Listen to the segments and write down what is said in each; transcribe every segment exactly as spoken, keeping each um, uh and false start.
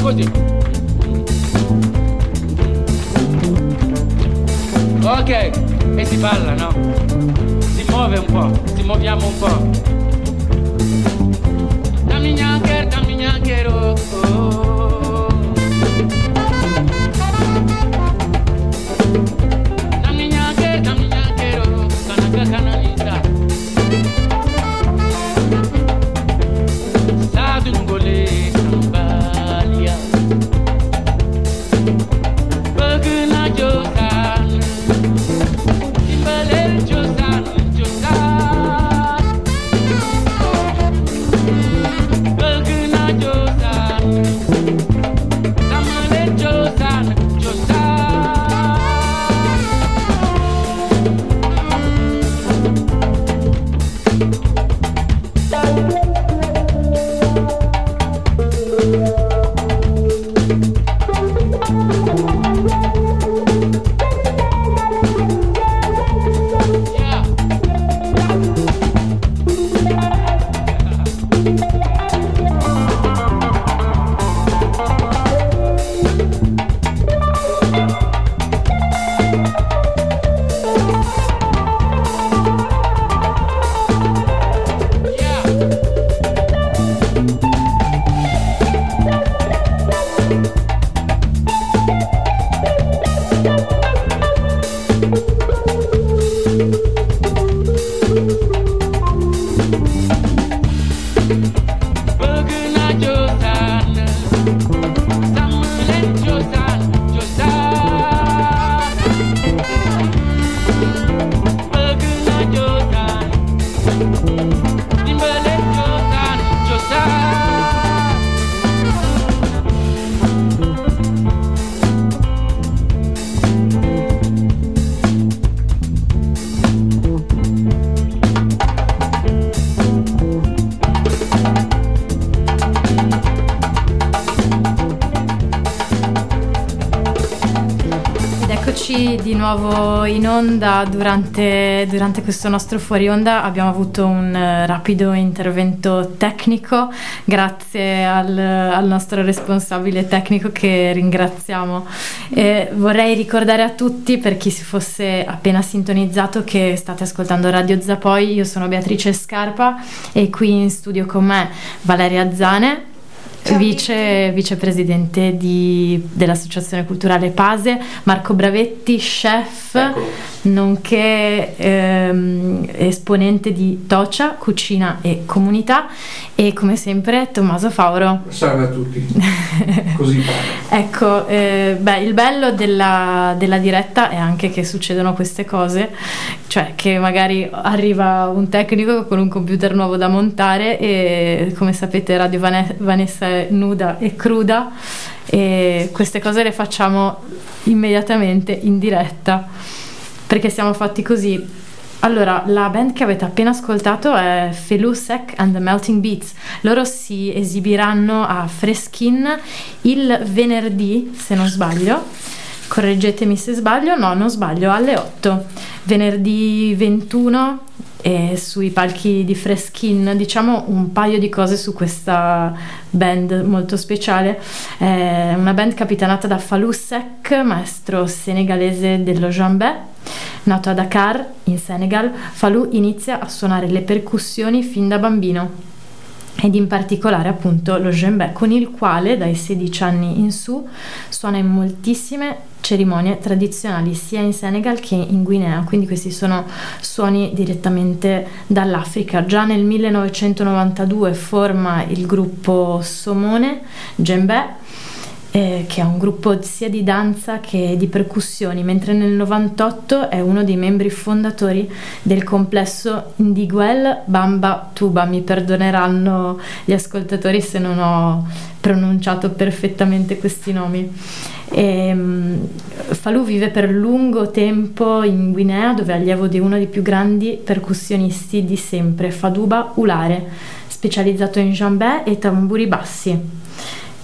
così. Ok, e si balla, no? Si muove un po', si muoviamo un po'. Dammi gnancher, dammi gnancher, oh, oh. Dammi gnancher, dammi gnancher, oh, kanaka kananisa. Sadu ngole sambalia. Bagna josan. Timbalel josan, josan. Bagna josan. Tamale josan, josan. Di nuovo in onda. Durante, durante questo nostro fuori onda abbiamo avuto un uh, rapido intervento tecnico grazie al, al nostro responsabile tecnico, che ringraziamo. E vorrei ricordare a tutti, per chi si fosse appena sintonizzato, che state ascoltando Radio Zapoi. Io sono Beatrice Scarpa e qui in studio con me Valeria Zane, Vice, vicepresidente di, dell'Associazione Culturale Pase, Marco Bravetti, chef, ecco, nonché ehm, esponente di Tocia, Cucina e Comunità, e come sempre Tommaso Fauro. Salve a tutti. Così parla. Ecco, eh, beh, il bello della, della diretta è anche che succedono queste cose, cioè che magari arriva un tecnico con un computer nuovo da montare e, come sapete, Radio Vanessa è nuda e cruda, e queste cose le facciamo immediatamente in diretta perché siamo fatti così. Allora, la band che avete appena ascoltato è Felusek and the Melting Beats. Loro si esibiranno a Freschin il venerdì, se non sbaglio, correggetemi se sbaglio, no, non sbaglio, alle otto, venerdì ventuno, e sui palchi di Freschin. Diciamo un paio di cose su questa band molto speciale. È una band capitanata da Felusek, maestro senegalese dello djembé. Nato a Dakar, in Senegal, Falou inizia a suonare le percussioni fin da bambino, ed in particolare appunto lo djembé, con il quale dai sedici anni in su suona in moltissime cerimonie tradizionali sia in Senegal che in Guinea. Quindi questi sono suoni direttamente dall'Africa. Già nel millenovecentonovantadue forma il gruppo Somone Djembé, Eh, che è un gruppo sia di danza che di percussioni, mentre nel novantotto è uno dei membri fondatori del complesso Ndiguel Bamba Tuba. Mi perdoneranno gli ascoltatori se non ho pronunciato perfettamente questi nomi. E, um, Falou vive per lungo tempo in Guinea, dove è allievo di uno dei più grandi percussionisti di sempre, Fadouba Ulare, specializzato in djembé e tamburi bassi.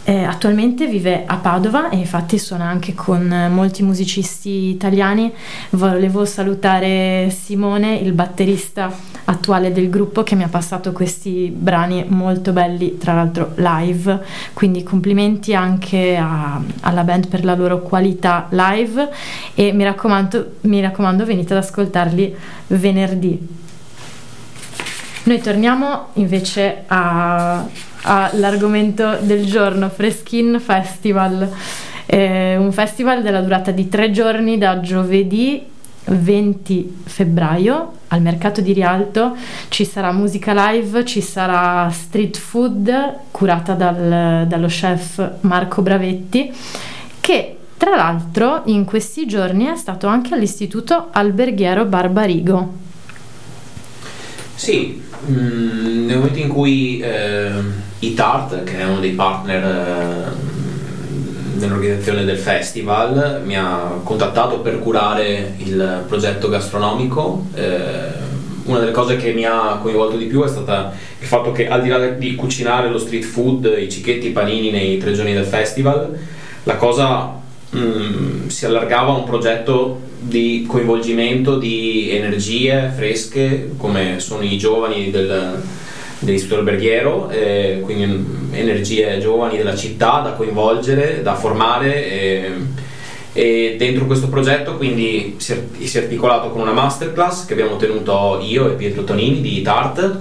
Eh, attualmente vive a Padova e infatti suona anche con molti musicisti italiani. Volevo salutare Simone, il batterista attuale del gruppo, che mi ha passato questi brani molto belli, tra l'altro live, quindi complimenti anche a, alla band per la loro qualità live, e mi raccomando, mi raccomando venite ad ascoltarli venerdì. Noi torniamo invece a, all'argomento del giorno, Freskin Festival, eh, un festival della durata di tre giorni, da giovedì venti febbraio al Mercato di Rialto. Ci sarà musica live, ci sarà street food curata dal, dallo chef Marco Bravetti, che tra l'altro in questi giorni è stato anche all'Istituto Alberghiero Barbarigo. Sì, mh, nel momento in cui eh, i Tart, che è uno dei partner eh, nell'organizzazione del festival, mi ha contattato per curare il progetto gastronomico, eh, una delle cose che mi ha coinvolto di più è stata il fatto che, al di là di cucinare lo street food, i cicchetti, i panini nei tre giorni del festival, la cosa mh, si allargava a un progetto di coinvolgimento di energie fresche, come sono i giovani del, dell'Istituto Alberghiero, eh, quindi energie giovani della città da coinvolgere, da formare, eh, e dentro questo progetto quindi si è, si è articolato con una masterclass che abbiamo tenuto io e Pietro Tonini di Tart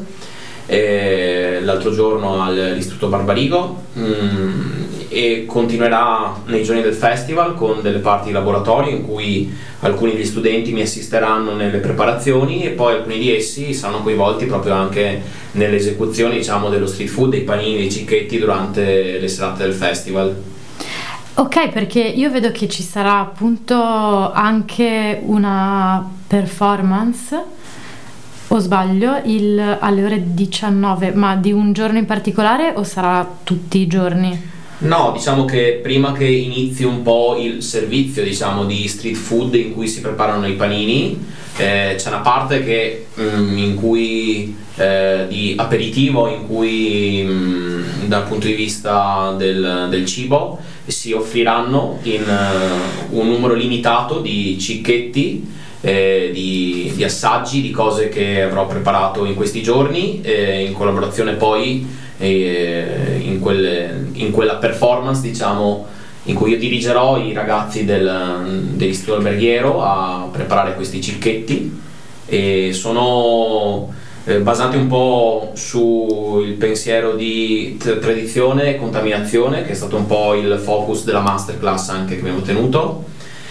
eh, l'altro giorno all'Istituto Barbarigo, mh, e continuerà nei giorni del festival con delle parti di laboratorio in cui alcuni degli studenti mi assisteranno nelle preparazioni, e poi alcuni di essi saranno coinvolti proprio anche nelle esecuzioni, diciamo, dello street food, dei panini, dei cicchetti durante le serate del festival. Ok, perché io vedo che ci sarà appunto anche una performance, o sbaglio, il, alle ore diciannove, ma di un giorno in particolare o sarà tutti i giorni? No, diciamo che prima che inizi un po' il servizio, diciamo, di street food in cui si preparano i panini, eh, c'è una parte che mh, in cui eh, di aperitivo, in cui mh, dal punto di vista del, del cibo si offriranno in uh, un numero limitato di cicchetti, eh, di, di assaggi di cose che avrò preparato in questi giorni, eh, in collaborazione poi E in, quelle, in quella performance, diciamo, in cui io dirigerò i ragazzi del, dell'Istituto Alberghiero a preparare questi cicchetti, e sono eh, basati un po' sul pensiero di t- tradizione e contaminazione, che è stato un po' il focus della masterclass anche che abbiamo tenuto,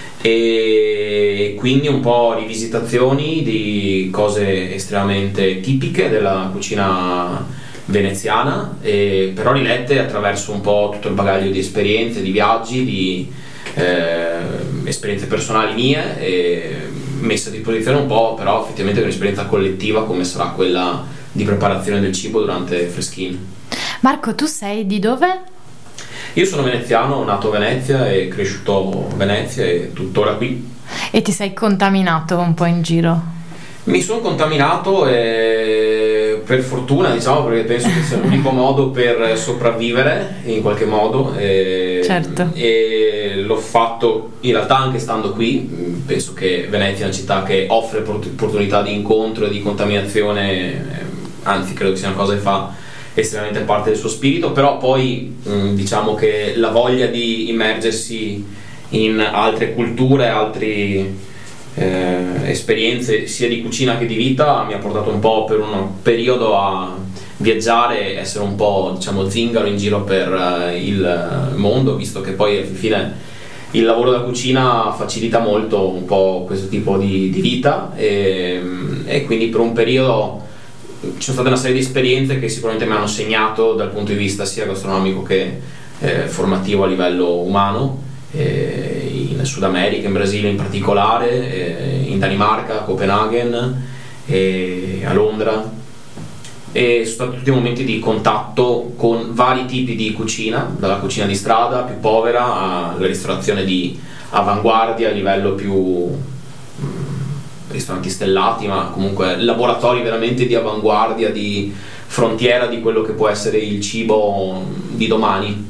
e quindi un po' rivisitazioni di cose estremamente tipiche della cucina veneziana, eh, però rilette attraverso un po' tutto il bagaglio di esperienze, di viaggi, di eh, esperienze personali mie, e messe a disposizione un po' però effettivamente un'esperienza collettiva come sarà quella di preparazione del cibo durante Freskin. Marco, tu sei di dove? Io sono veneziano, nato a Venezia e cresciuto a Venezia e tuttora qui. E ti sei contaminato un po' in giro? Mi sono contaminato, e per fortuna, diciamo, perché penso che sia l'unico modo per sopravvivere in qualche modo, e, certo. E l'ho fatto in realtà anche stando qui. Penso che Venezia è una città che offre opportunità di incontro e di contaminazione, anzi credo che sia una cosa che fa estremamente parte del suo spirito, però poi diciamo che la voglia di immergersi in altre culture, altri Eh, esperienze sia di cucina che di vita mi ha portato un po' per un periodo a viaggiare, essere un po', diciamo, zingaro in giro per uh, il mondo, visto che poi alla fine il lavoro da cucina facilita molto un po' questo tipo di, di vita, e, e quindi per un periodo ci sono state una serie di esperienze che sicuramente mi hanno segnato dal punto di vista sia gastronomico che eh, formativo a livello umano, in Sud America, in Brasile in particolare, in Danimarca, a Copenaghen, e a Londra, e sono stati tutti momenti di contatto con vari tipi di cucina, dalla cucina di strada più povera alla ristorazione di avanguardia a livello più mh, ristoranti stellati, ma comunque laboratori veramente di avanguardia, di frontiera di quello che può essere il cibo di domani.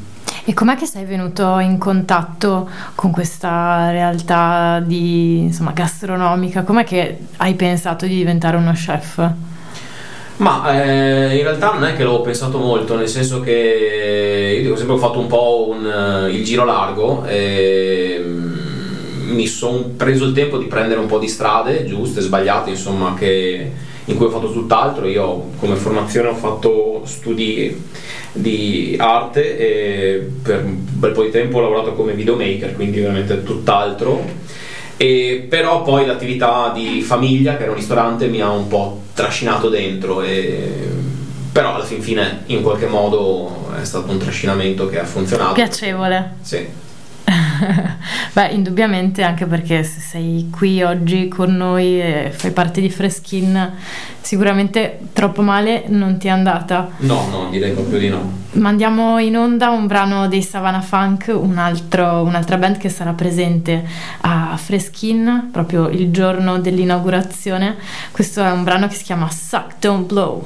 E com'è che sei venuto in contatto con questa realtà di, insomma, gastronomica? Com'è che hai pensato di diventare uno chef? Ma eh, in realtà non è che l'ho pensato molto, nel senso che io ho sempre fatto un po' un, il giro largo e mi sono preso il tempo di prendere un po' di strade giuste, sbagliate, insomma, che, in cui ho fatto tutt'altro. Io come formazione ho fatto studi di arte e per un bel po' di tempo ho lavorato come videomaker, quindi veramente tutt'altro. E però poi l'attività di famiglia, che era un ristorante, mi ha un po' trascinato dentro, e però alla fin fine in qualche modo è stato un trascinamento che ha funzionato. Piacevole. Sì. Beh, indubbiamente, anche perché se sei qui oggi con noi e fai parte di Freschin, sicuramente troppo male non ti è andata. No, no, direi proprio di no. Mandiamo in onda un brano dei Savannah Funk, un altro, un'altra band che sarà presente a Freschin proprio il giorno dell'inaugurazione. Questo è un brano che si chiama Suck Don't Blow.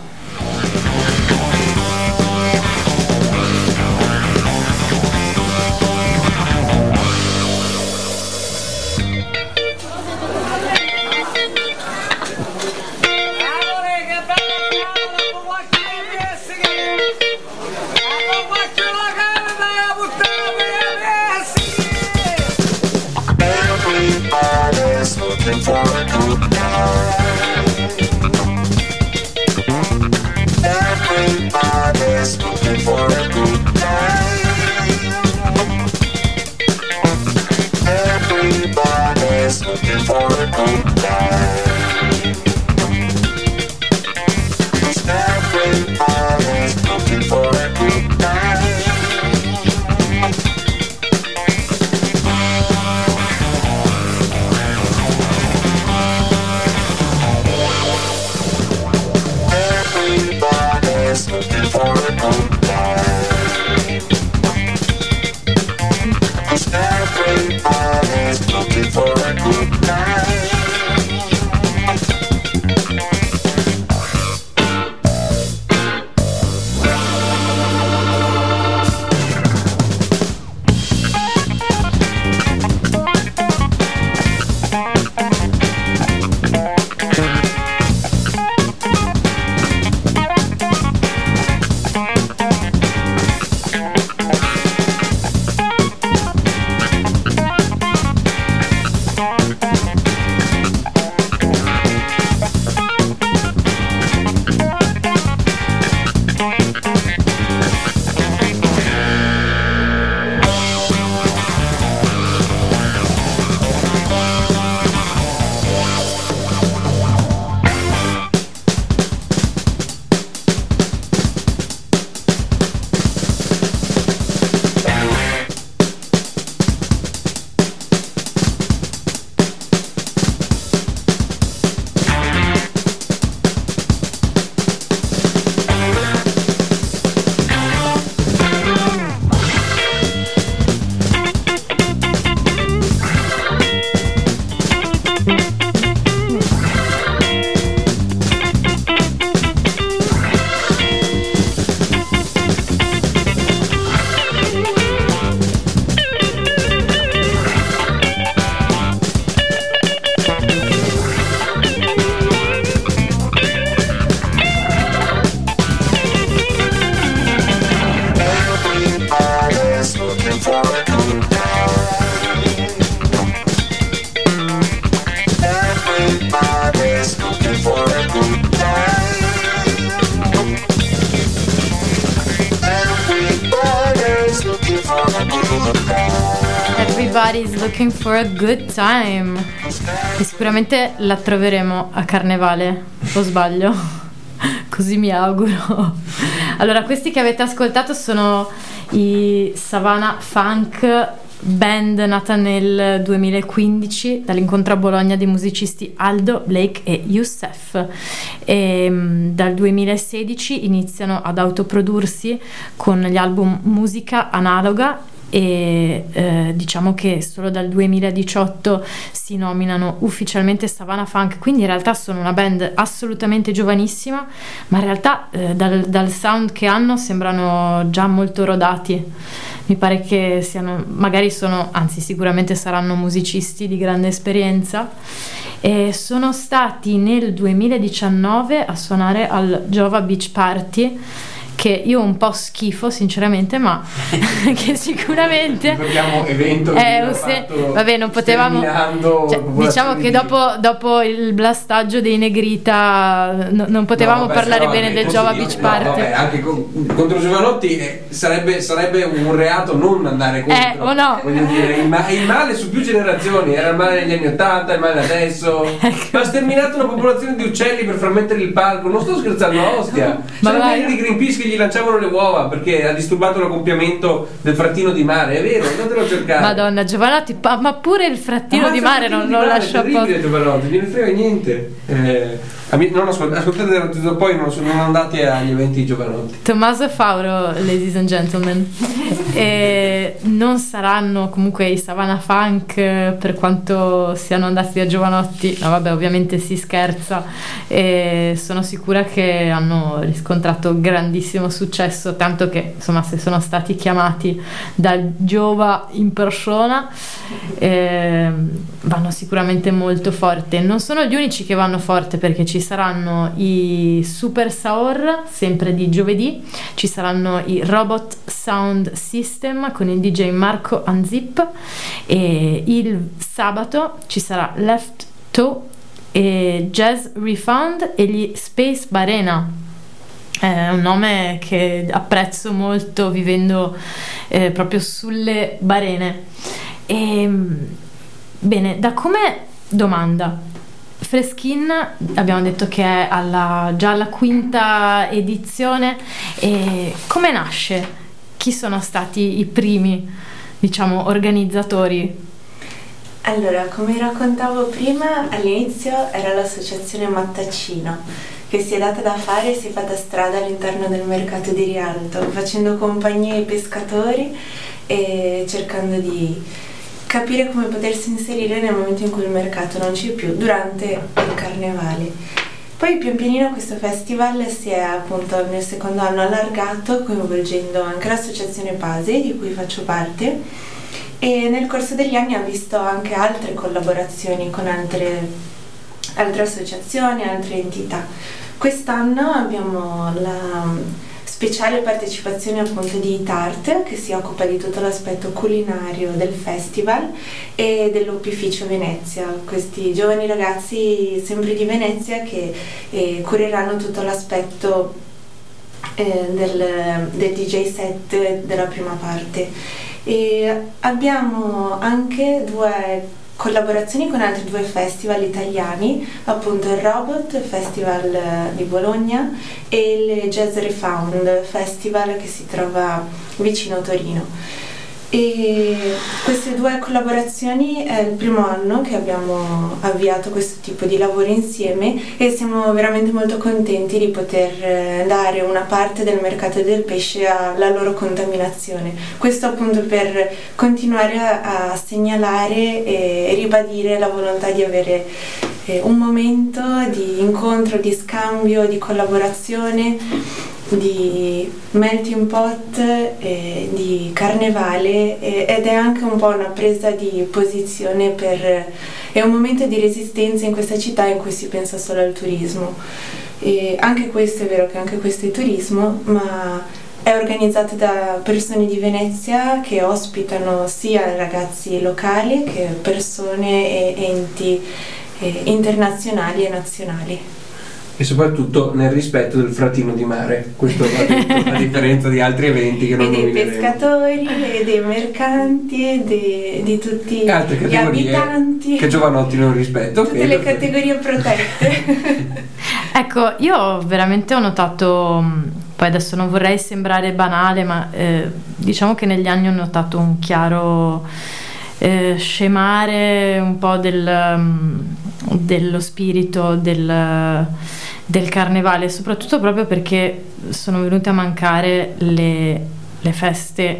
Everybody's looking for a good time. E sicuramente la troveremo a Carnevale, o sbaglio? Così mi auguro. Allora, questi che avete ascoltato sono i Savannah Funk, band nata nel duemilaquindici dall'incontro a Bologna di musicisti Aldo, Blake e Youssef, e um, dal duemilasedici iniziano ad autoprodursi con gli album Musica Analoga e eh, diciamo che solo dal duemiladiciotto si nominano ufficialmente Savannah Funk, quindi in realtà sono una band assolutamente giovanissima, ma in realtà eh, dal, dal sound che hanno sembrano già molto rodati. mi pare che siano, magari sono, anzi sicuramente saranno musicisti di grande esperienza, e sono stati nel duemiladiciannove a suonare al Jova Beach Party, che io ho un po' schifo sinceramente, ma che sicuramente abbiamo evento è un se- vabbè, non potevamo, cioè, diciamo che dopo, dopo il blastaggio dei Negrita no, non potevamo no, vabbè, parlare no, bene del Jova Beach no, Party. Vabbè, anche con, contro Giovanotti eh, sarebbe, sarebbe un reato non andare contro, eh, o no? Voglio dire, il, ma- il male su più generazioni, era il male negli anni ottanta, il male adesso, ecco. Ma ha sterminato una popolazione di uccelli per far mettere il palco, non sto scherzando, ostia. Ma c'erano quelli di Greenpeace che gli lanciavano le uova perché ha disturbato l'accoppiamento del frattino di mare, è vero, andatelo a cercare. Madonna, Giovanotti, pa- ma pure il frattino di mare non lo lascia a posto. È terribile Giovanotti, non ne frega niente. Eh, non ascolt- ascoltate poi non sono andati agli eventi di Giovanotti. Tommaso Fauro, ladies and gentlemen. E non saranno comunque i Savannah Funk, per quanto siano andati a Giovanotti, no vabbè, ovviamente si scherza, e sono sicura che hanno riscontrato grandissimo successo, tanto che insomma se sono stati chiamati dal Giova in persona eh, vanno sicuramente molto forte. Non sono gli unici che vanno forte, perché ci saranno i Super Saor sempre di giovedì, ci saranno i Robot Sound System con il D J Marco Anzip, e il sabato ci sarà Left Toe e Jazz Refound e gli Space Barena. È un nome che apprezzo molto, vivendo eh, proprio sulle barene. E, bene, da come domanda, Freskin abbiamo detto che è alla, già alla quinta edizione, e come nasce? Chi sono stati i primi, diciamo, organizzatori? Allora, come raccontavo prima, all'inizio era l'associazione Mattacino, che si è data da fare e si è fatta strada all'interno del mercato di Rialto, facendo compagnia ai pescatori e cercando di capire come potersi inserire nel momento in cui il mercato non c'è più, durante il carnevale. Poi pian pianino questo festival si è appunto nel secondo anno allargato, coinvolgendo anche l'associazione Pase, di cui faccio parte, e nel corso degli anni ha visto anche altre collaborazioni con altre, altre associazioni, altre entità. Quest'anno abbiamo la speciale partecipazione appunto di Tart, che si occupa di tutto l'aspetto culinario del festival, e dell'Opificio Venezia, questi giovani ragazzi sempre di Venezia che eh, cureranno tutto l'aspetto eh, del, del D J set della prima parte. E abbiamo anche due collaborazioni con altri due festival italiani, appunto il Robot Festival di Bologna e il Jazz Refound Festival, che si trova vicino a Torino. E queste due collaborazioni è il primo anno che abbiamo avviato questo tipo di lavori insieme, e siamo veramente molto contenti di poter dare una parte del mercato del pesce alla loro contaminazione. Questo appunto per continuare a, a segnalare e ribadire la volontà di avere eh, un momento di incontro, di scambio, di collaborazione, di melting pot, eh, di carnevale, eh, ed è anche un po' una presa di posizione per è un momento di resistenza in questa città in cui si pensa solo al turismo. E anche questo è vero che anche questo è turismo, ma è organizzato da persone di Venezia che ospitano sia ragazzi locali che persone e enti eh, internazionali e nazionali. E soprattutto nel rispetto del fratino di mare, questo va detto, a differenza di altri eventi che non nomineremo. E dei pescatori, e dei mercanti, e dei, di tutti altre gli abitanti. Che Giovanotti non rispetto. Tutte le categorie protette. Ecco, io veramente ho notato, poi adesso non vorrei sembrare banale, ma eh, diciamo che negli anni ho notato un chiaro eh, scemare un po' del, um, dello spirito del... del carnevale, soprattutto proprio perché sono venute a mancare le, le feste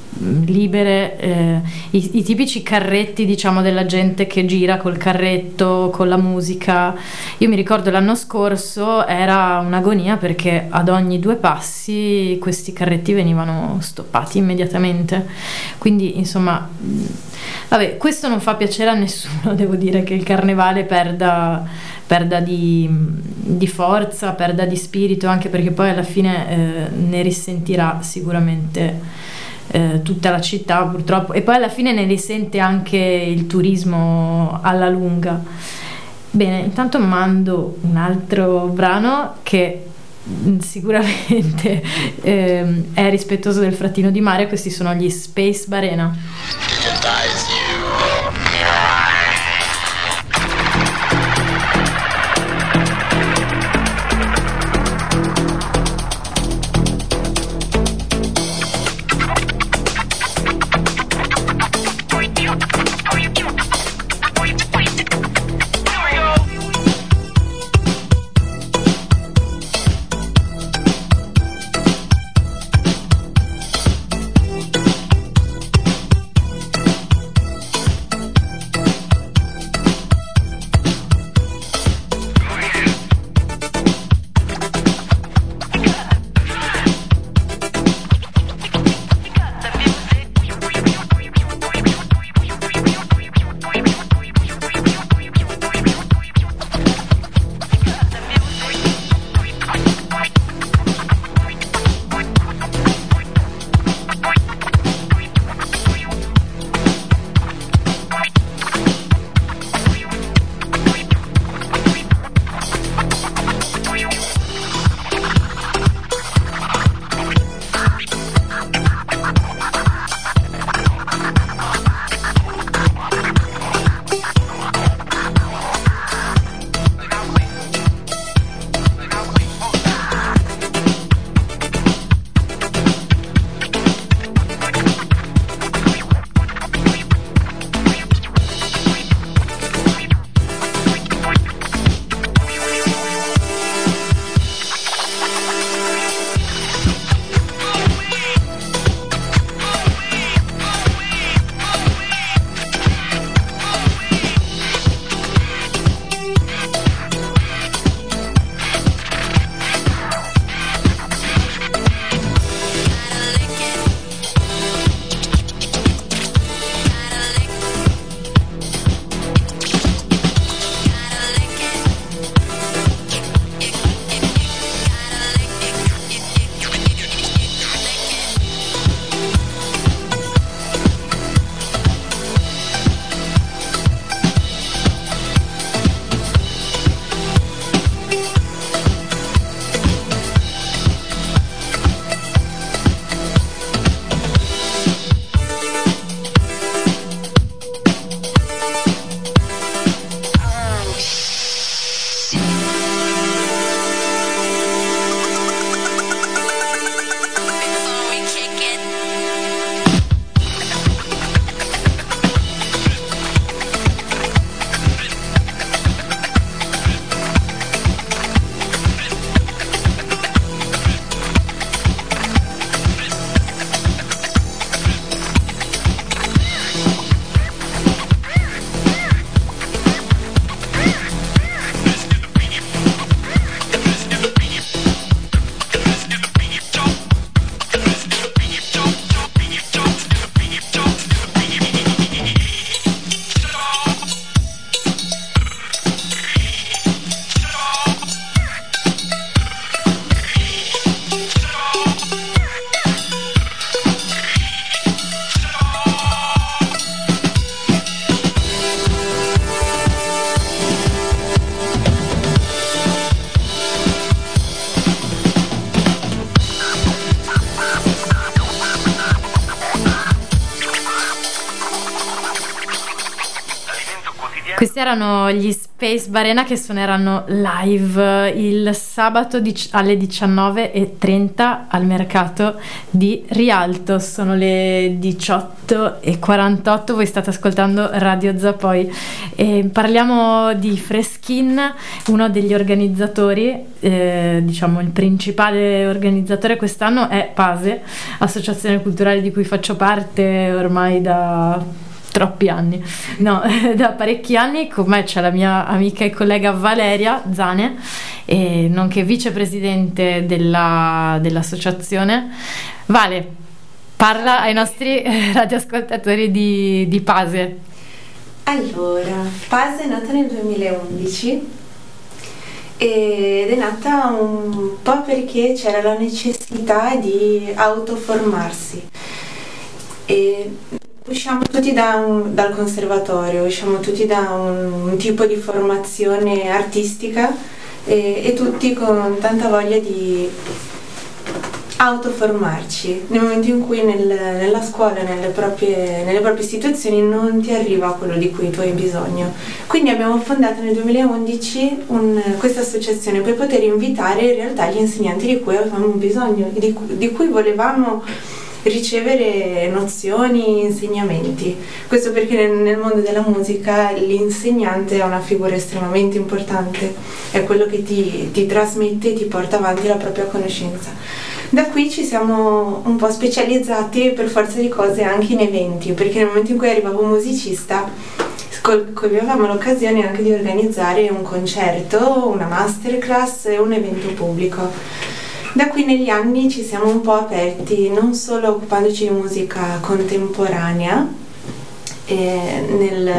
libere, eh, i, i tipici carretti, diciamo, della gente che gira col carretto, con la musica. Io mi ricordo l'anno scorso era un'agonia perché ad ogni due passi questi carretti venivano stoppati immediatamente, quindi insomma, vabbè, questo non fa piacere a nessuno. Devo dire che il carnevale perda, perda di, di forza, perda di spirito, anche perché poi alla fine eh, ne risentirà sicuramente Eh, tutta la città, purtroppo, e poi alla fine ne risente anche il turismo alla lunga. Bene, intanto mando un altro brano che sicuramente eh, è rispettoso del Frattino di Mare. Questi sono gli Space Barena. Questi erano gli Space Barena che suoneranno live il sabato alle diciannove e trenta al mercato di Rialto. Sono le diciotto e quarantotto, voi state ascoltando Radio Zapoi e parliamo di Freschin. Uno degli organizzatori, eh, diciamo il principale organizzatore quest'anno è Pase, associazione culturale di cui faccio parte ormai da troppi anni, no, da parecchi anni. Con me c'è la mia amica e collega Valeria Zane, e nonché vicepresidente della, dell'associazione. Vale, parla ai nostri radioascoltatori di, di Pase. Allora, Pase è nata nel duemilaundici ed è nata un po' perché c'era la necessità di autoformarsi. E usciamo tutti da un, dal conservatorio, usciamo tutti da un, un tipo di formazione artistica e, e tutti con tanta voglia di autoformarci nel momento in cui nel, nella scuola, nelle proprie, nelle proprie istituzioni non ti arriva quello di cui tu hai bisogno. Quindi abbiamo fondato nel duemilaundici un, questa associazione per poter invitare in realtà gli insegnanti di cui avevamo bisogno, di, di cui volevamo ricevere nozioni, insegnamenti. Questo perché nel, nel mondo della musica l'insegnante è una figura estremamente importante, è quello che ti, ti trasmette e ti porta avanti la propria conoscenza. Da qui ci siamo un po' specializzati per forza di cose anche in eventi, perché nel momento in cui arrivava un musicista col- coglievamo l'occasione anche di organizzare un concerto, una masterclass e un evento pubblico. Da qui negli anni ci siamo un po' aperti, non solo occupandoci di musica contemporanea, eh, nel,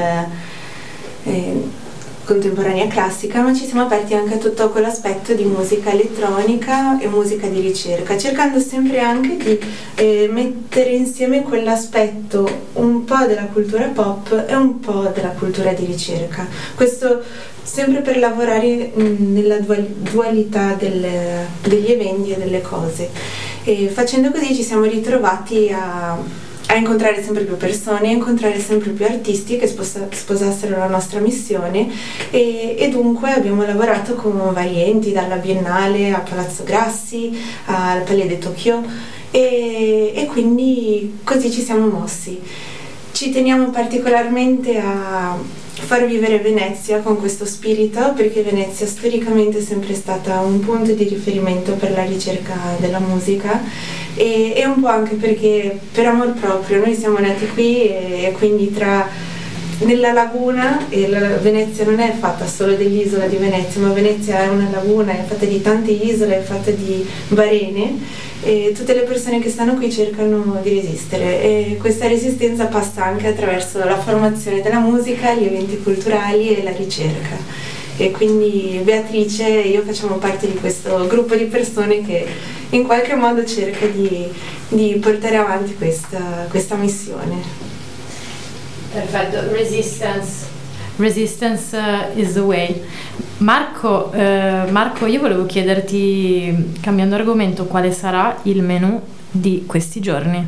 eh, contemporanea classica, ma ci siamo aperti anche a tutto quell'aspetto di musica elettronica e musica di ricerca, cercando sempre anche di eh, mettere insieme quell'aspetto un po' della cultura pop e un po' della cultura di ricerca. Questo sempre per lavorare mh, nella dualità delle, degli eventi e delle cose. E facendo così ci siamo ritrovati a, a incontrare sempre più persone, a incontrare sempre più artisti che sposa, sposassero la nostra missione e, e dunque abbiamo lavorato con vari enti, dalla Biennale a Palazzo Grassi, al Palais de Tokyo e, e quindi così ci siamo mossi. Ci teniamo particolarmente a far vivere Venezia con questo spirito, perché Venezia storicamente è sempre stata un punto di riferimento per la ricerca della musica e, e un po' anche perché per amor proprio noi siamo nati qui e, e quindi tra nella laguna, e la Venezia non è fatta solo dell'isola di Venezia, ma Venezia è una laguna, è fatta di tante isole, è fatta di barene e tutte le persone che stanno qui cercano di resistere e questa resistenza passa anche attraverso la formazione della musica, gli eventi culturali e la ricerca. E quindi Beatrice e io facciamo parte di questo gruppo di persone che in qualche modo cerca di, di portare avanti questa, questa missione. Perfetto, resistance. Resistance uh, is the way. Marco, eh, Marco, io volevo chiederti, cambiando argomento, quale sarà il menù di questi giorni?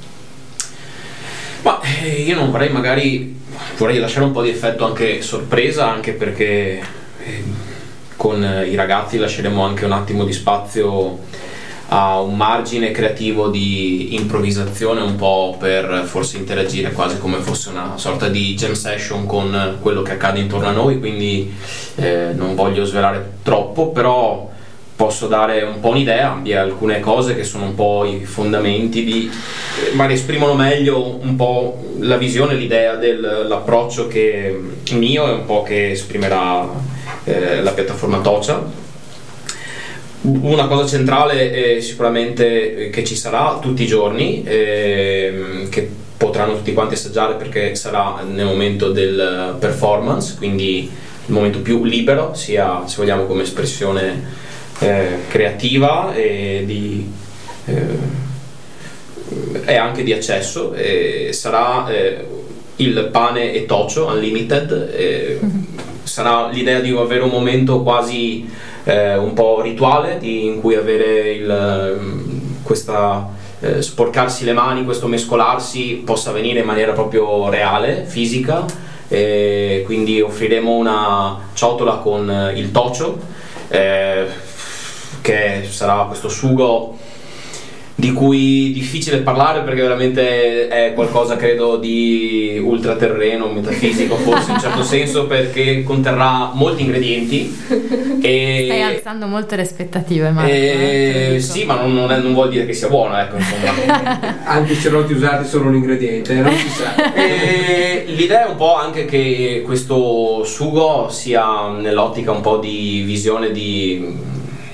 Ma eh, io non vorrei magari, vorrei lasciare un po' di effetto anche sorpresa, anche perché eh, con eh, i ragazzi lasceremo anche un attimo di spazio a un margine creativo di improvvisazione, un po' per forse interagire quasi come fosse una sorta di jam session con quello che accade intorno a noi, quindi eh, non voglio svelare troppo, però posso dare un po' un'idea di alcune cose che sono un po' i fondamenti di eh, magari esprimono meglio un po' la visione, l'idea dell'approccio che mio e un po' che esprimerà eh, la piattaforma Tocia. Una cosa centrale è sicuramente che ci sarà tutti i giorni, eh, che potranno tutti quanti assaggiare perché sarà nel momento del performance, quindi il momento più libero, sia se vogliamo come espressione eh, creativa e, di, eh, e anche di accesso. E sarà eh, il pane e tocio unlimited, eh, sarà l'idea di avere un momento quasi Eh, un po' rituale di, in cui avere il, questa eh, sporcarsi le mani, questo mescolarsi possa avvenire in maniera proprio reale, fisica, e quindi offriremo una ciotola con il tocio, eh, che sarà questo sugo di cui è difficile parlare perché veramente è qualcosa credo di ultraterreno, metafisico forse in un certo senso, perché conterrà molti ingredienti e stai alzando molto le aspettative, Marco, e eh, sì, ma non, non, è, non vuol dire che sia buono, ecco, insomma. Anche i cerotti usati sono un ingrediente, non si sa. E l'idea è un po' anche che questo sugo sia nell'ottica un po' di visione di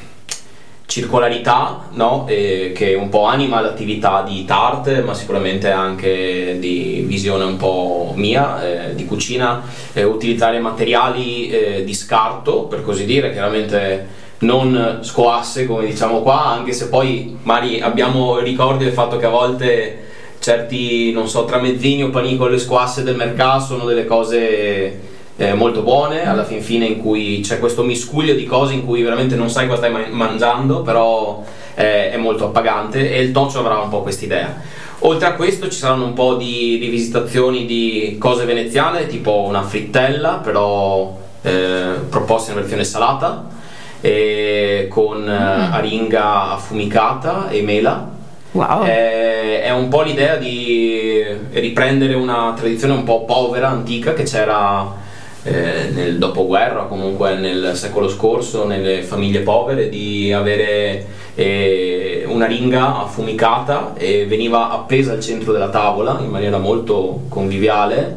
circolarità, no? E che un po' anima l'attività di tart, ma sicuramente anche di visione un po' mia, eh, di cucina, eh, utilizzare materiali eh, di scarto, per così dire, chiaramente non scoasse come diciamo qua, anche se poi magari abbiamo ricordi del fatto che a volte certi, non so, tramezzini o panini con le scoasse del mercato sono delle cose Eh, molto buone alla fin fine, in cui c'è questo miscuglio di cose in cui veramente non sai cosa stai ma- mangiando, però eh, è molto appagante, e il tocio avrà un po' quest'idea. Oltre a questo ci saranno un po' di rivisitazioni di cose veneziane, tipo una frittella però eh, proposta in versione salata, eh, con eh, aringa affumicata e mela. Wow. Eh, è un po' l'idea di riprendere una tradizione un po' povera, antica, che c'era Eh, nel dopoguerra, comunque nel secolo scorso, nelle famiglie povere, di avere eh, una ringa affumicata e veniva appesa al centro della tavola in maniera molto conviviale,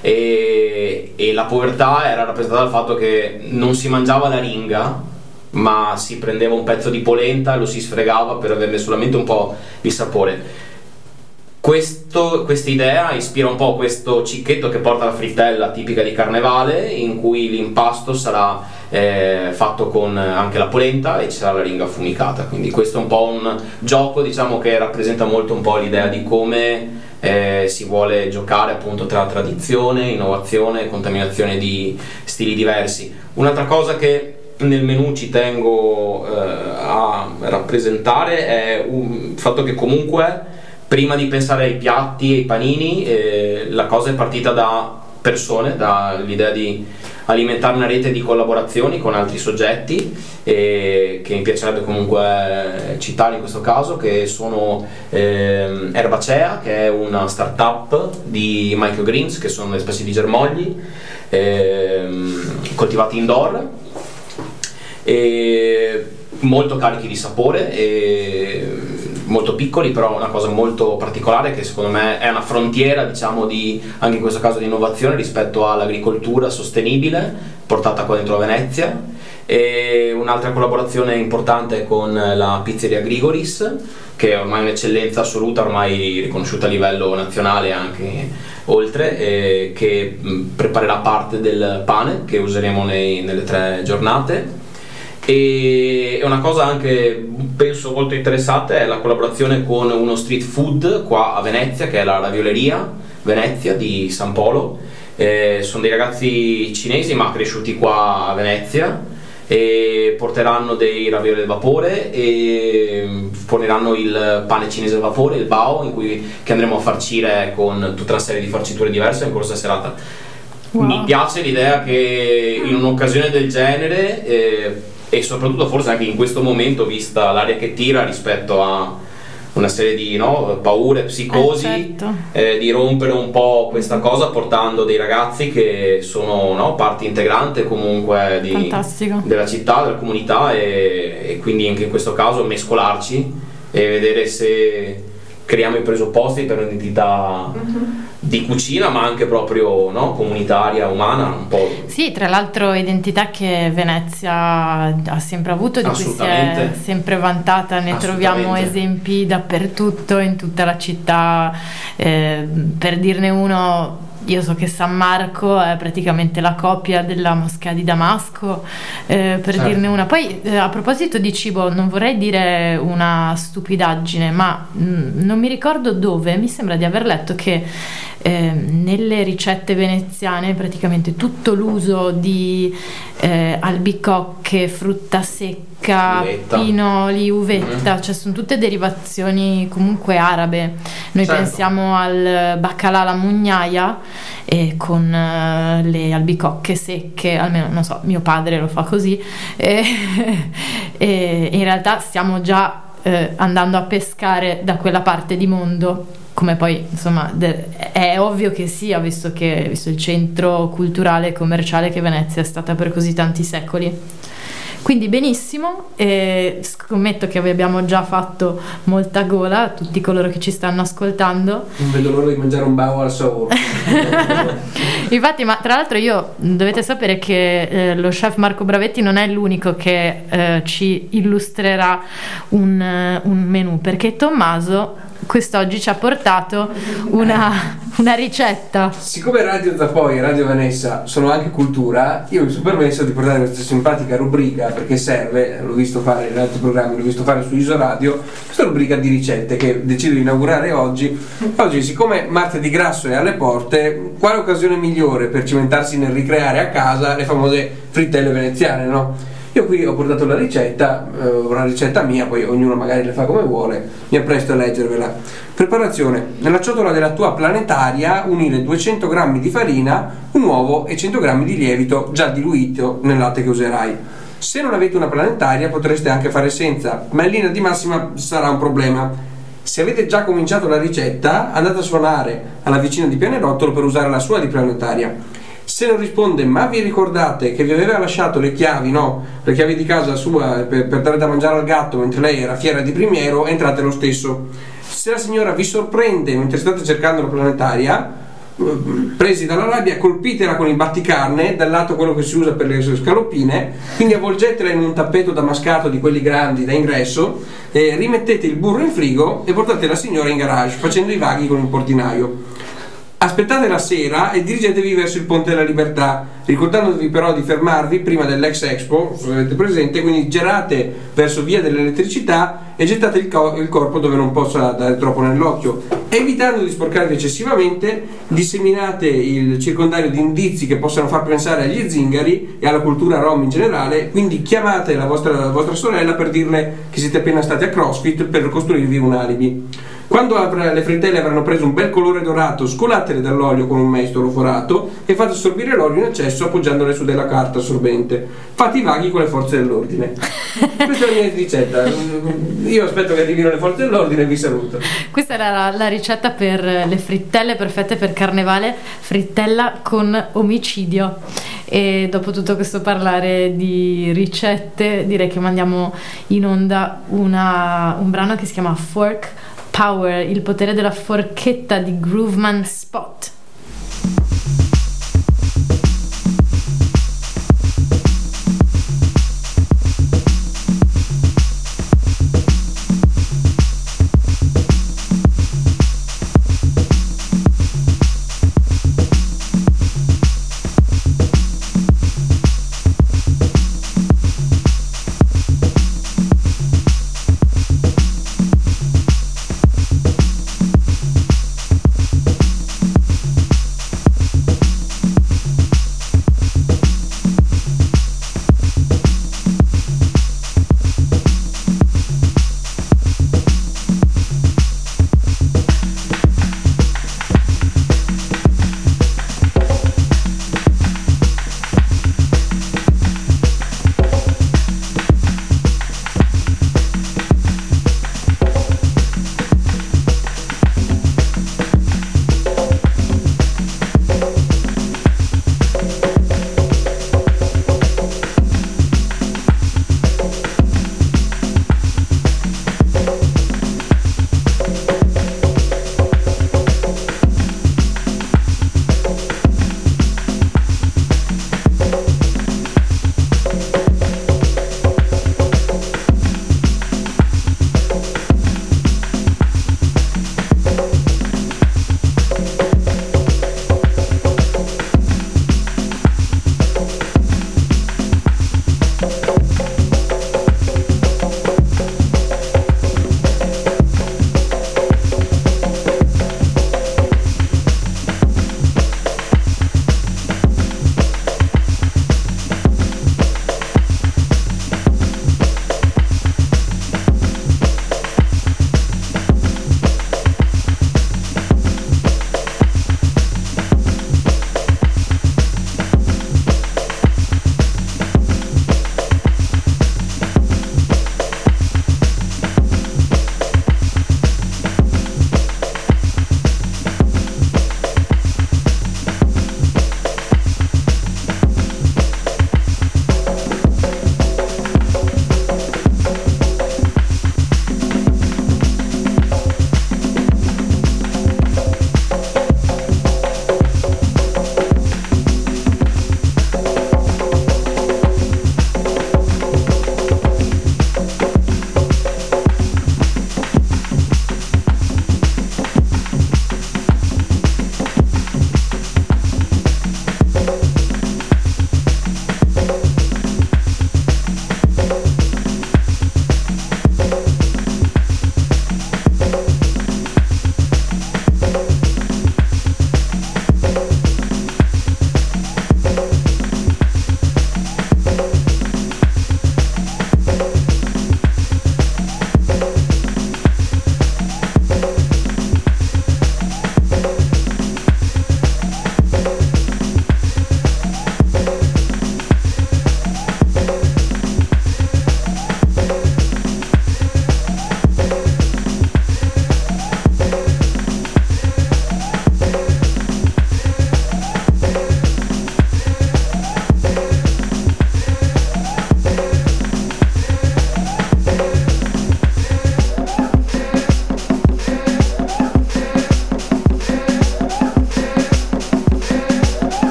e, e la povertà era rappresentata dal fatto che non si mangiava la ringa, ma si prendeva un pezzo di polenta e lo si sfregava per averne solamente un po' di sapore. Questo, questa idea ispira un po' questo cicchetto che porta la frittella tipica di Carnevale, in cui l'impasto sarà eh, fatto con anche la polenta e ci sarà la ringa affumicata. Quindi questo è un po' un gioco, diciamo, che rappresenta molto un po' l'idea di come eh, si vuole giocare appunto tra tradizione, innovazione e contaminazione di stili diversi. Un'altra cosa che nel menù ci tengo eh, a rappresentare è un, il fatto che comunque prima di pensare ai piatti e ai panini, eh, la cosa è partita da persone, dall'idea di alimentare una rete di collaborazioni con altri soggetti, eh, che mi piacerebbe comunque citare in questo caso, che sono eh, Erbacea, che è una startup di microgreens, che sono delle specie di germogli eh, coltivati indoor, e molto carichi di sapore e molto piccoli, però una cosa molto particolare che secondo me è una frontiera, diciamo, di anche in questo caso di innovazione rispetto all'agricoltura sostenibile portata qua dentro a Venezia. E un'altra collaborazione importante è con la pizzeria Grigoris, che è ormai un'eccellenza assoluta, ormai riconosciuta a livello nazionale e anche oltre, e che preparerà parte del pane che useremo nei, nelle tre giornate. E una cosa anche penso molto interessante è la collaborazione con uno street food qua a Venezia, che è la Ravioleria Venezia di San Polo. Eh, sono dei ragazzi cinesi ma cresciuti qua a Venezia, e porteranno dei ravioli al vapore e forniranno il pane cinese al vapore, il bao, in cui, che andremo a farcire con tutta una serie di farciture diverse nel corso della serata. Wow. Mi piace l'idea che in un'occasione del genere eh, e soprattutto forse anche in questo momento, vista l'aria che tira rispetto a una serie di no, paure, psicosi, eh, certo. eh, di rompere un po' questa cosa portando dei ragazzi che sono no, parte integrante comunque di, della città, della comunità, e, e quindi anche in questo caso mescolarci e vedere se creiamo i presupposti per un'identità uh-huh. di cucina, ma anche proprio no, comunitaria, umana, un po'. Sì, tra l'altro identità che Venezia ha sempre avuto, di cui si è sempre vantata, ne troviamo esempi dappertutto, in tutta la città. Eh, per dirne uno, io so che San Marco è praticamente la copia della moschea di Damasco, eh, per certo. dirne una. Poi eh, a proposito di cibo, non vorrei dire una stupidaggine, ma mh, non mi ricordo dove, mi sembra di aver letto che eh, nelle ricette veneziane praticamente tutto l'uso di eh, albicocche, frutta secca, uvetta. pinoli, uvetta, mm-hmm. cioè sono tutte derivazioni comunque arabe. Noi certo. pensiamo al baccalà alla mugnaia, e con uh, le albicocche secche, almeno non so, mio padre lo fa così, e, e in realtà stiamo già eh, andando a pescare da quella parte di mondo, come poi insomma de- è ovvio che sia, visto che visto il centro culturale e commerciale che Venezia è stata per così tanti secoli. Quindi benissimo, e scommetto che vi abbiamo già fatto molta gola a tutti coloro che ci stanno ascoltando. Non vedo l'ora di mangiare un bao al sour. Infatti, ma tra l'altro io dovete sapere che eh, lo chef Marco Bravetti non è l'unico che eh, ci illustrerà un, un menù, perché Tommaso quest'oggi ci ha portato una, una ricetta. Siccome Radio Zappoi e Radio Vanessa sono anche cultura, io mi sono permesso di portare questa simpatica rubrica, perché serve, l'ho visto fare in altri programmi, l'ho visto fare su Isoradio, questa rubrica di ricette che decido di inaugurare oggi. Oggi, siccome martedì grasso è alle porte, quale occasione migliore per cimentarsi nel ricreare a casa le famose frittelle veneziane, no? Io qui ho portato la ricetta, eh, una ricetta mia, poi ognuno magari le fa come vuole, mi appresto a leggervela. Preparazione: nella ciotola della tua planetaria unire duecento grammi di farina, un uovo e cento grammi di lievito già diluito nel latte che userai. Se non avete una planetaria potreste anche fare senza, ma in linea di massima sarà un problema. Se avete già cominciato la ricetta, andate a suonare alla vicina di Pianerottolo per usare la sua di planetaria. Se non risponde, ma vi ricordate che vi aveva lasciato le chiavi, no? Le chiavi di casa sua per, per dare da mangiare al gatto mentre lei era fiera di Primiero, entrate lo stesso. Se la signora vi sorprende mentre state cercando la planetaria, presi dalla rabbia, colpitela con il batticarne, dal lato quello che si usa per le scaloppine, quindi avvolgetela in un tappeto damascato di quelli grandi da ingresso, e rimettete il burro in frigo e portate la signora in garage facendo i vaghi con il portinaio. Aspettate la sera e dirigetevi verso il Ponte della Libertà, ricordandovi però di fermarvi prima dell'ex Expo, se avete presente, quindi girate verso via dell'elettricità e gettate il, co- il corpo dove non possa dare troppo nell'occhio. Evitando di sporcarvi eccessivamente, disseminate il circondario di indizi che possano far pensare agli zingari e alla cultura rom in generale, quindi chiamate la vostra, la vostra sorella per dirle che siete appena stati a CrossFit per costruirvi un alibi. Quando le frittelle avranno preso un bel colore dorato, scolatele dall'olio con un mestolo forato e fate assorbire l'olio in eccesso appoggiandole su della carta assorbente. Fate i vaghi con le forze dell'ordine. Questa è la mia ricetta. Io aspetto che arrivino le forze dell'ordine e vi saluto. Questa era la, la ricetta per le frittelle perfette per carnevale, frittella con omicidio. E dopo tutto questo parlare di ricette, direi che mandiamo in onda una, un brano che si chiama Fork Power, il potere della forchetta di Grooveman Spot.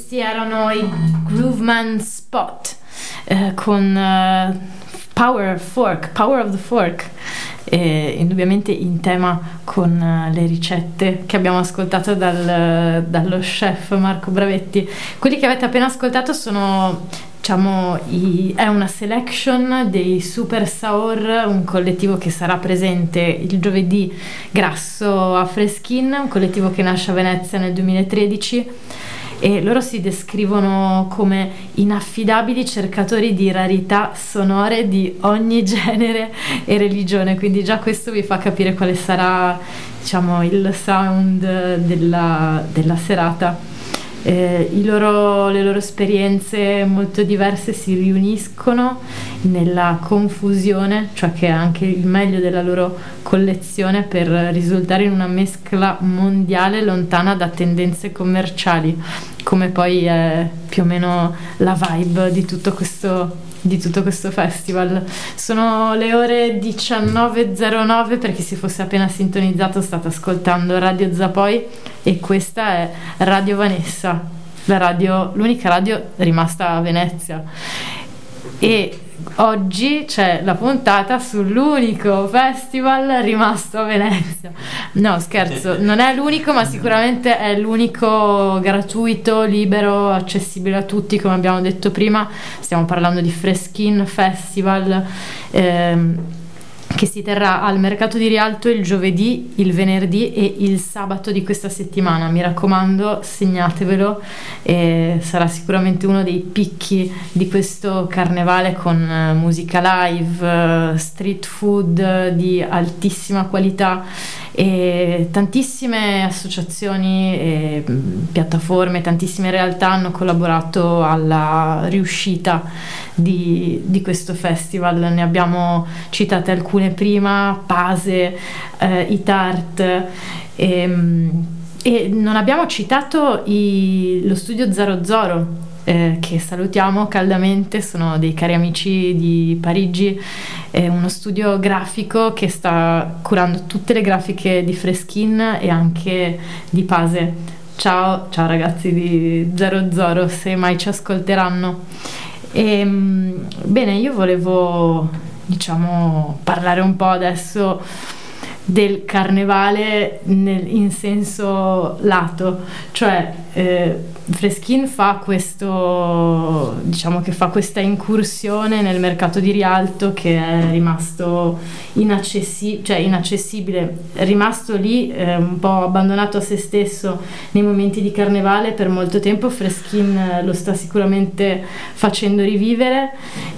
questi erano i Grooveman Spot eh, con uh, Power Fork, Power of the Fork, eh, indubbiamente in tema con uh, le ricette che abbiamo ascoltato dal, dallo chef Marco Bravetti. Quelli che avete appena ascoltato sono, diciamo, i, è una selection dei Super Saor, un collettivo che sarà presente il giovedì grasso a Freschin, un collettivo che nasce a Venezia nel duemilatredici, e loro si descrivono come inaffidabili cercatori di rarità sonore di ogni genere e religione, quindi già questo vi fa capire quale sarà, diciamo, il sound della, della serata. Eh, i loro, le loro esperienze molto diverse si riuniscono nella confusione, cioè che è anche il meglio della loro collezione, per risultare in una mescla mondiale lontana da tendenze commerciali, come poi è più o meno la vibe di tutto questo di tutto questo festival. Sono le ore diciannove e zero nove, per chi si fosse appena sintonizzato state ascoltando Radio Zapoi e questa è Radio Vanessa, la radio, l'unica radio rimasta a Venezia, e oggi c'è la puntata sull'unico festival rimasto a Venezia. No, scherzo, non è l'unico, ma sicuramente è l'unico gratuito, libero, accessibile a tutti, come abbiamo detto prima. Stiamo parlando di Freschin Festival, ehm, che si terrà al Mercato di Rialto il giovedì, il venerdì e il sabato di questa settimana. Mi raccomando, segnatevelo, e sarà sicuramente uno dei picchi di questo carnevale, con musica live, street food di altissima qualità e tantissime associazioni e piattaforme, tantissime realtà hanno collaborato alla riuscita di, di questo festival. Ne abbiamo citate alcune prima: Pase, eh, Itart, e, e non abbiamo citato i, lo studio Zero Zoro, eh, che salutiamo caldamente, sono dei cari amici di Parigi, è uno studio grafico che sta curando tutte le grafiche di Freschin e anche di Pase. Ciao, ciao ragazzi di Zero Zoro, se mai ci ascolteranno. E, bene, io volevo, diciamo, parlare un po' adesso del carnevale nel, in senso lato, cioè eh, Freschin fa questo, diciamo che fa questa incursione nel mercato di Rialto, che è rimasto inaccessibile, cioè inaccessibile, è rimasto lì eh, un po' abbandonato a se stesso nei momenti di carnevale per molto tempo. Freschin lo sta sicuramente facendo rivivere,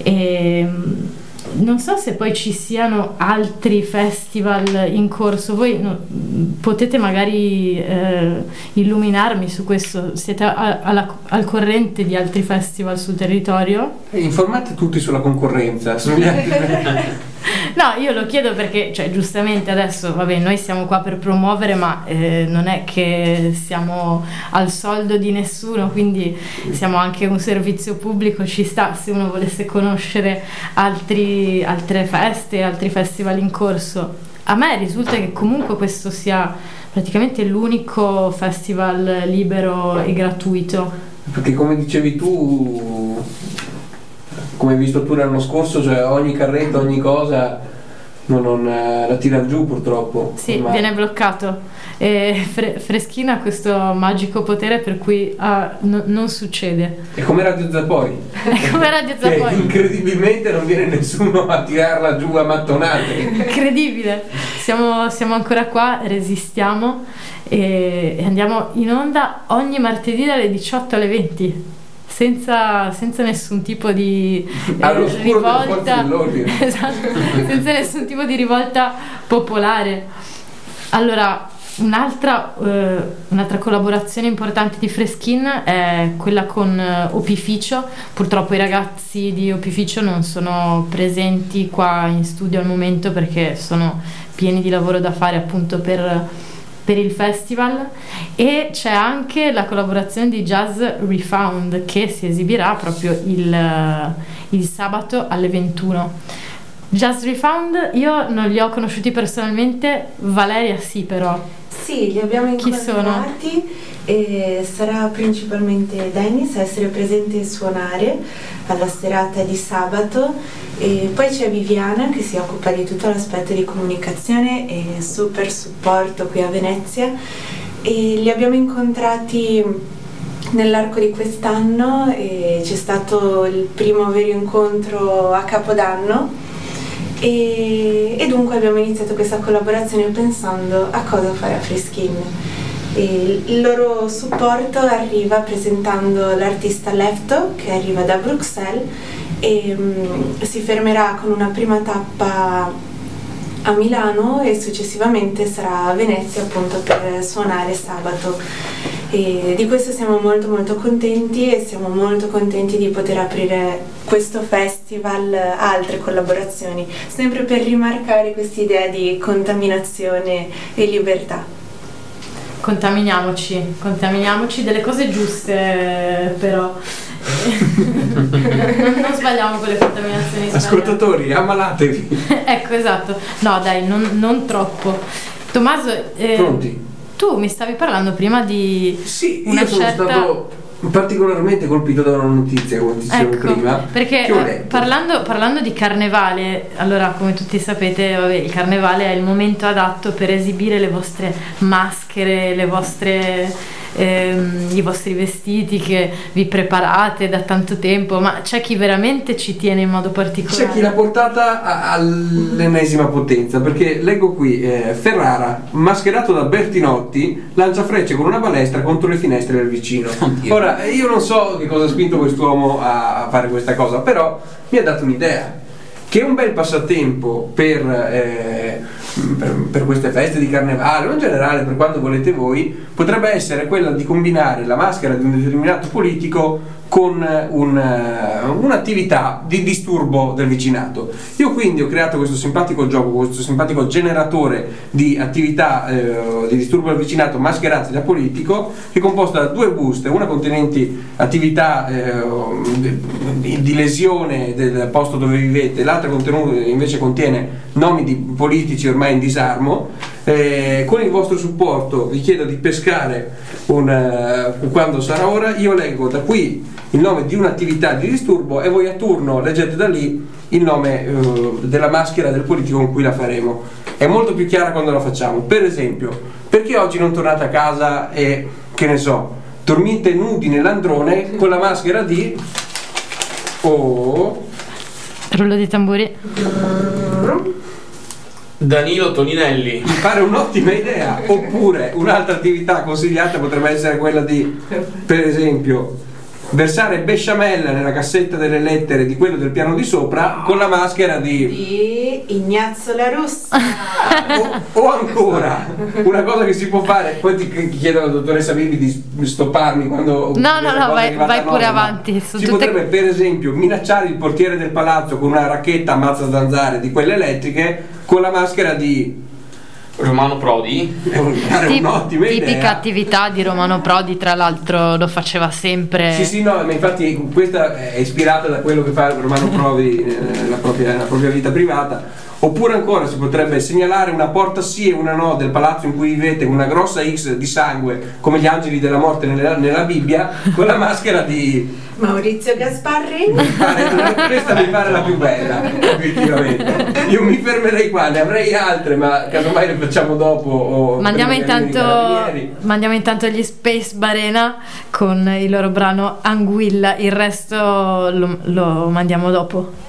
e non so se poi ci siano altri festival in corso. Voi no, potete magari eh, illuminarmi su questo? Siete a, alla, al corrente di altri festival sul territorio? Informate tutti sulla concorrenza. No, io lo chiedo perché, cioè, giustamente adesso, vabbè, noi siamo qua per promuovere, ma eh, non è che siamo al soldo di nessuno, quindi siamo anche un servizio pubblico. Ci sta, se uno volesse conoscere altri, altre feste, altri festival in corso. A me risulta che comunque questo sia praticamente l'unico festival libero e gratuito. Perché, come dicevi tu, come hai visto tu l'anno scorso, cioè ogni carretta, ogni cosa non, non la tirano giù, purtroppo. Sì, ormai viene bloccato. E Fre- Freschin ha questo magico potere per cui ah, no, non succede. È come Radio Zapoi. È come Radio Zapoi. Incredibilmente non viene nessuno a tirarla giù a mattonate. Incredibile. Siamo, siamo ancora qua, resistiamo e, e andiamo in onda ogni martedì dalle diciotto alle venti. Senza, senza nessun tipo di eh, rivolta, esatto, senza nessun tipo di rivolta popolare. Allora, un'altra, eh, un'altra collaborazione importante di Freschin è quella con eh, Opificio. Purtroppo i ragazzi di Opificio non sono presenti qua in studio al momento perché sono pieni di lavoro da fare, appunto, per per il festival. E c'è anche la collaborazione di Jazz Refound, che si esibirà proprio il, il sabato alle ventuno. Jazz Refound io non li ho conosciuti personalmente, Valeria sì, però. Sì, li abbiamo Chi incontrati e sarà principalmente Dennis a essere presente e suonare alla serata di sabato, e poi c'è Viviana che si occupa di tutto l'aspetto di comunicazione e super supporto qui a Venezia, e li abbiamo incontrati nell'arco di quest'anno e c'è stato il primo vero incontro a Capodanno, e, e dunque abbiamo iniziato questa collaborazione pensando a cosa fare a Freeskin. E il loro supporto arriva presentando l'artista Lefto, che arriva da Bruxelles e um, si fermerà con una prima tappa a Milano e successivamente sarà a Venezia appunto per suonare sabato. E di questo siamo molto molto contenti e siamo molto contenti di poter aprire questo festival a altre collaborazioni, sempre per rimarcare quest'idea di contaminazione e libertà. Contaminiamoci, contaminiamoci delle cose giuste, però non, non sbagliamo con le contaminazioni. Ascoltatori, ammalatevi. Ecco, esatto. No, dai, non, non troppo. Tommaso, eh, pronti? Tu mi stavi parlando prima di sì, una io sono certa... stato particolarmente colpito da una notizia, come dicevo ecco, prima, perché eh, parlando, parlando di carnevale, allora come tutti sapete, vabbè, il carnevale è il momento adatto per esibire le vostre maschere, le vostre ehm, i vostri vestiti che vi preparate da tanto tempo, ma c'è chi veramente ci tiene in modo particolare. C'è chi l'ha portata a, all'ennesima potenza, perché leggo qui eh, Ferrara mascherato da Bertinotti lancia frecce con una balestra contro le finestre del vicino. Ora io non so che cosa ha spinto quest'uomo a, a fare questa cosa, però mi ha dato un'idea che è un bel passatempo per, eh, per, per queste feste di carnevale o in generale per quando volete voi, potrebbe essere quella di combinare la maschera di un determinato politico con un, un'attività di disturbo del vicinato. Io quindi ho creato questo simpatico gioco, questo simpatico generatore di attività eh, di disturbo del vicinato mascherate da politico, che è composta da due buste, una contenenti attività eh, di, di lesione del posto dove vivete, l'altra invece contiene nomi di politici ormai in disarmo. Eh, con il vostro supporto vi chiedo di pescare un, uh, quando sarà ora, io leggo da qui il nome di un'attività di disturbo e voi a turno leggete da lì il nome uh, della maschera del politico con cui la faremo. È molto più chiara quando la facciamo. Per esempio, perché oggi non tornate a casa e, che ne so, dormite nudi nell'androne con la maschera di oh, rullo di tamburi, Danilo Toninelli. Mi pare un'ottima idea. Oppure un'altra attività consigliata potrebbe essere quella di, per esempio, versare besciamella nella cassetta delle lettere di quello del piano di sopra con la maschera di, di Ignazio La Russa. o, o ancora una cosa che si può fare, poi ti chiedo alla dottoressa Bibi di stopparmi quando no no no vai, vai pure avanti. Si tutte... potrebbe per esempio minacciare il portiere del palazzo con una racchetta ammazza zanzare di quelle elettriche con la maschera di Romano Prodi. È un'ottima idea. Tipica attività di Romano Prodi, tra l'altro lo faceva sempre. Sì sì no, ma infatti questa è ispirata da quello che fa Romano Prodi nella propria, nella propria vita privata. Oppure ancora si potrebbe segnalare una porta sì e una no del palazzo in cui vivete con una grossa X di sangue come gli angeli della morte nella, nella Bibbia con la maschera di Maurizio Gasparri. Questa mi pare la più bella, obiettivamente. Io mi fermerei qua, ne avrei altre, ma casomai le facciamo dopo. O mandiamo intanto, mandiamo intanto gli Space Barena con il loro brano Anguilla, il resto lo, lo mandiamo dopo.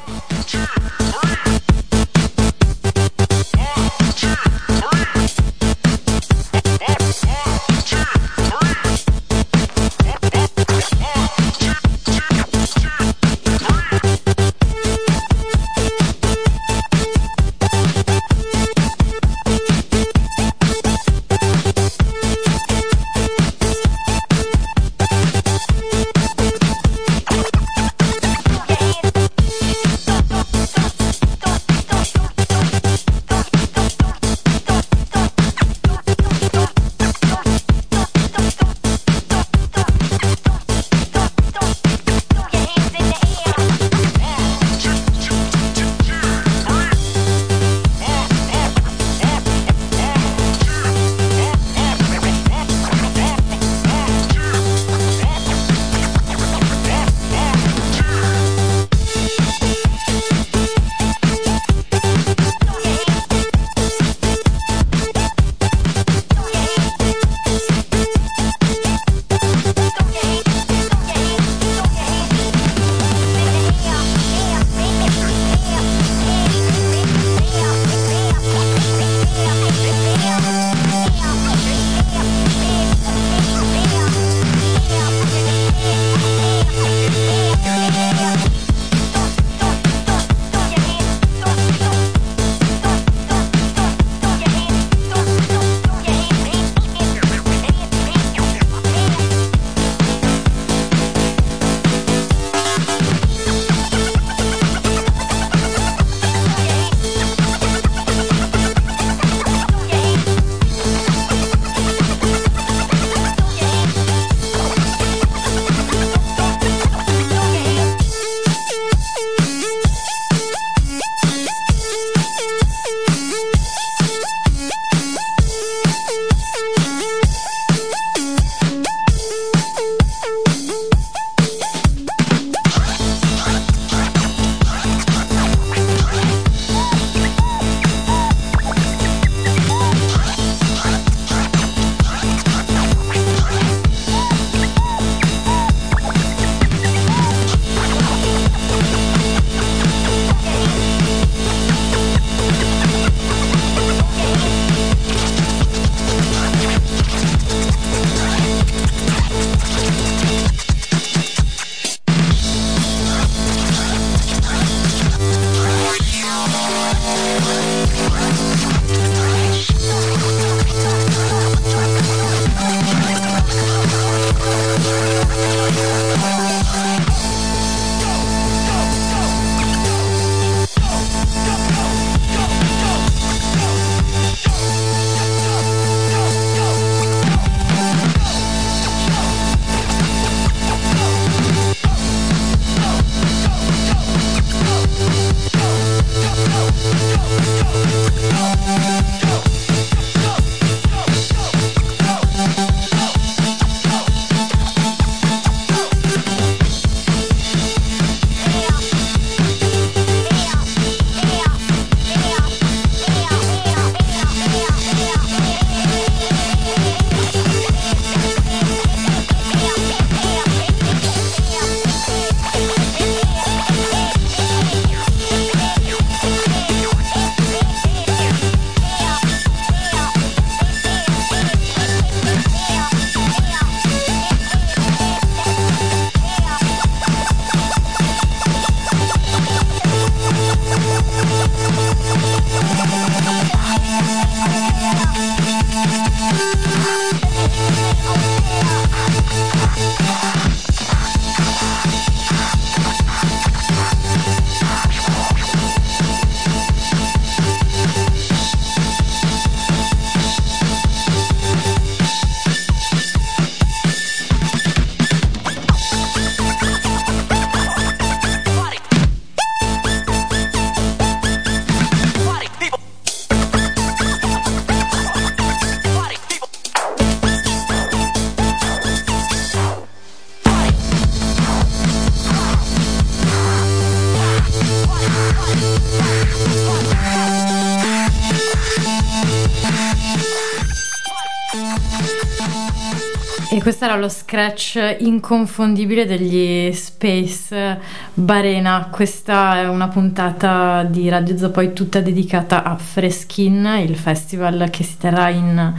E questo era lo scratch inconfondibile degli Space Barena. Questa è una puntata di Radio Zopoi tutta dedicata a Freskin, il festival che si terrà in,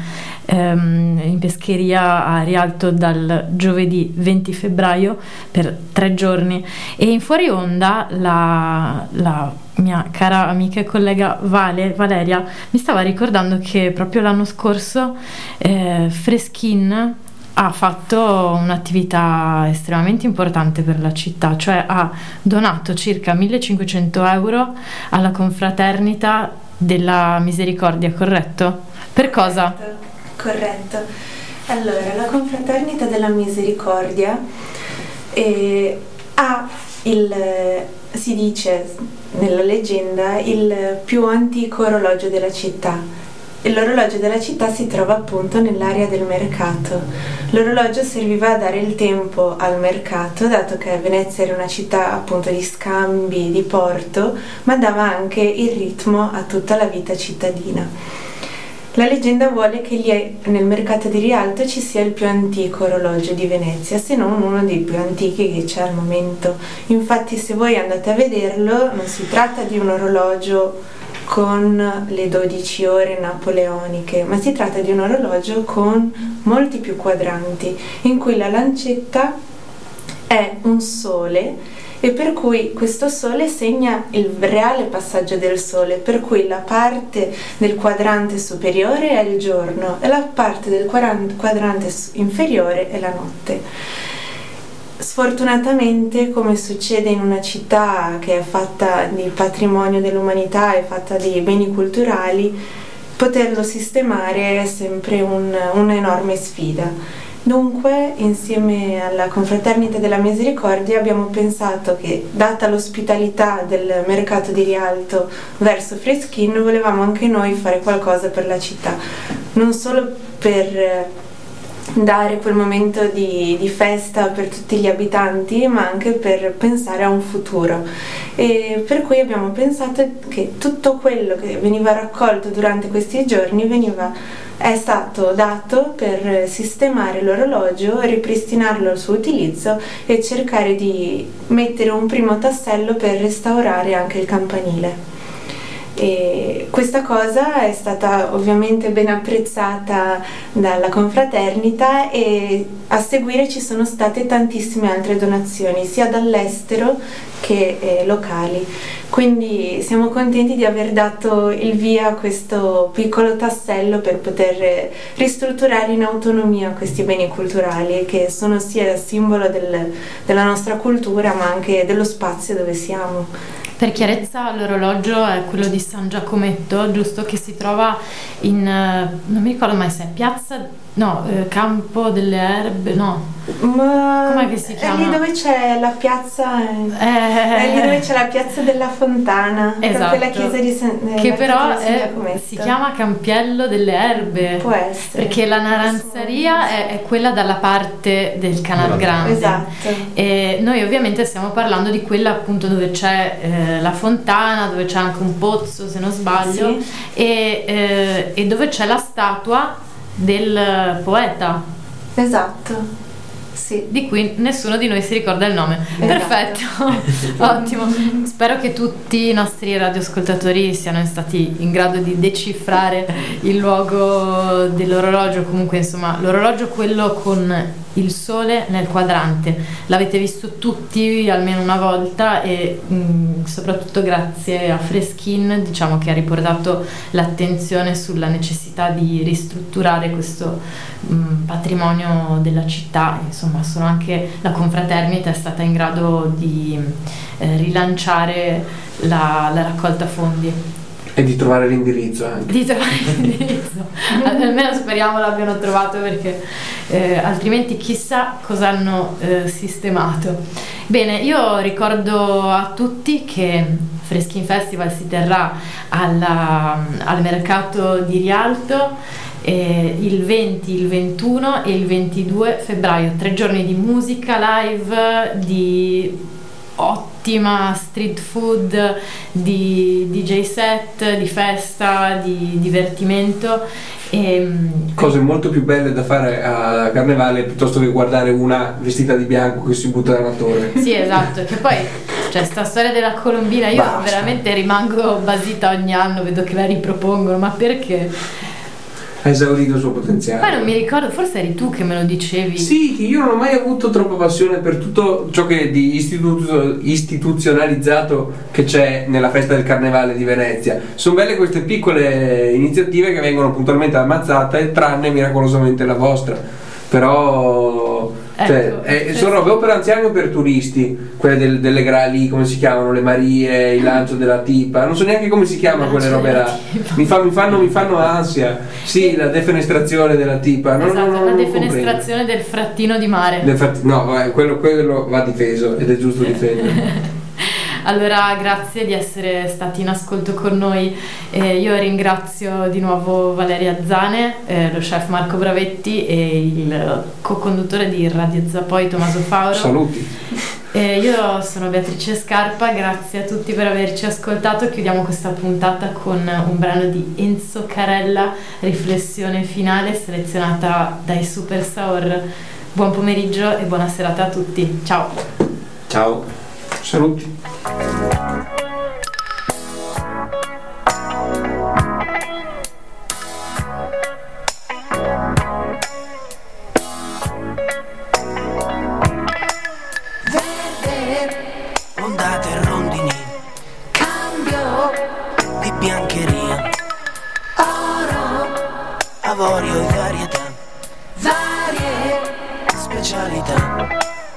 ehm, in pescheria a Rialto dal giovedì venti febbraio per tre giorni. E in fuori onda la, la mia cara amica e collega Vale, Valeria mi stava ricordando che proprio l'anno scorso eh, Freskin ha fatto un'attività estremamente importante per la città, cioè ha donato circa millecinquecento euro alla confraternita della Misericordia, corretto? Per cosa? Corretto. Allora, la confraternita della Misericordia eh, ha il, si dice nella leggenda, il più antico orologio della città. L'orologio della città si trova appunto nell'area del mercato. L'orologio serviva a dare il tempo al mercato, dato che Venezia era una città appunto di scambi, di porto, ma dava anche il ritmo a tutta la vita cittadina. La leggenda vuole che lì nel mercato di Rialto ci sia il più antico orologio di Venezia, se non uno dei più antichi che c'è al momento. Infatti, se voi andate a vederlo, non si tratta di un orologio con le dodici ore napoleoniche, ma si tratta di un orologio con molti più quadranti, in cui la lancetta è un sole e per cui questo sole segna il reale passaggio del sole, per cui la parte del quadrante superiore è il giorno e la parte del quadrante inferiore è la notte. Sfortunatamente, come succede in una città che è fatta di patrimonio dell'umanità e fatta di beni culturali, poterlo sistemare è sempre un, un'enorme sfida. Dunque, insieme alla Confraternita della Misericordia abbiamo pensato che, data l'ospitalità del mercato di Rialto verso Freskin, volevamo anche noi fare qualcosa per la città, non solo per dare quel momento di, di festa per tutti gli abitanti, ma anche per pensare a un futuro. E per cui abbiamo pensato che tutto quello che veniva raccolto durante questi giorni veniva, è stato dato per sistemare l'orologio, ripristinarlo al suo utilizzo e cercare di mettere un primo tassello per restaurare anche il campanile. E questa cosa è stata ovviamente ben apprezzata dalla confraternita e a seguire ci sono state tantissime altre donazioni sia dall'estero che eh, locali, quindi siamo contenti di aver dato il via a questo piccolo tassello per poter ristrutturare in autonomia questi beni culturali che sono sia simbolo del, della nostra cultura ma anche dello spazio dove siamo. Per chiarezza, l'orologio è quello di San Giacometto, giusto, che si trova in, non mi ricordo mai se è piazza, no, eh, Campo delle Erbe, no. Ma com'è che si chiama? È lì dove c'è la piazza, Eh, è lì dove c'è la piazza della Fontana, Esatto. proprio la chiesa di San, eh, che la però chiesa di San è- Giacometto. si chiama Campiello delle Erbe. Può essere. Perché la naranzaria è, è quella dalla parte del Canal Grande. Esatto. E noi ovviamente stiamo parlando di quella appunto dove c'è eh, la fontana, dove c'è anche un pozzo se non sbaglio, Sì. e, eh, e dove c'è la statua del poeta, Esatto. Sì. di cui nessuno di noi si ricorda il nome. Esatto. Perfetto, ottimo. Spero che tutti i nostri radioascoltatori siano stati in grado di decifrare il luogo dell'orologio. Comunque, insomma, l'orologio, quello con il sole nel quadrante, l'avete visto tutti almeno una volta, e mh, soprattutto grazie a Freskin, diciamo, che ha riportato l'attenzione sulla necessità di ristrutturare questo mh, patrimonio della città. Insomma, sono anche la confraternita è stata in grado di eh, rilanciare la, la raccolta fondi. E di trovare l'indirizzo anche. Di trovare l'indirizzo. Almeno speriamo l'abbiano trovato, perché eh, altrimenti chissà cosa hanno eh, sistemato. Bene, io ricordo a tutti che Freskin Festival si terrà alla, al mercato di Rialto eh, il venti, il ventuno e il ventidue febbraio, tre giorni di musica live, di ottima street food, di D J set, di festa, di divertimento. E cose molto più belle da fare a Carnevale piuttosto che guardare una vestita di bianco che si butta da una torre. Sì, esatto, che poi cioè sta storia della Colombina io Basta. veramente rimango basita ogni anno, vedo che la ripropongono, ma perché? Ha esaurito il suo potenziale. Poi non mi ricordo, forse eri tu che me lo dicevi. Sì, che io non ho mai avuto troppa passione per tutto ciò che di istitu- istituzionalizzato che c'è nella festa del Carnevale di Venezia. Sono belle queste piccole iniziative che vengono puntualmente ammazzate, tranne miracolosamente la vostra. Però cioè, Ecco, eh, sì, sono sì. robe o per anziani o per turisti, quelle del- delle grali, come si chiamano, le Marie, il lancio della tipa, non so neanche come si chiama Il quelle lancio robe della là. tipa. Mi, fa- mi fanno, mi fanno ansia. Sì, la defenestrazione della tipa. Non, Esatto, non- non la lo comprendo. defenestrazione del frattino di mare. Infatti, no, vabbè, quello, quello va difeso ed è giusto difendere. Allora, grazie di essere stati in ascolto con noi. Eh, io ringrazio di nuovo Valeria Zane, eh, lo chef Marco Bravetti e il co-conduttore di Radio Zapoi Tommaso Fauro. Saluti. Eh, io sono Beatrice Scarpa, grazie a tutti per averci ascoltato. Chiudiamo questa puntata con un brano di Enzo Carella, Riflessione finale, selezionata dai Super Saur. Buon pomeriggio e buona serata a tutti. Ciao. Ciao. Saluti. Ondate e rondini, cambio di biancheria, oro, avorio e varietà, varie specialità.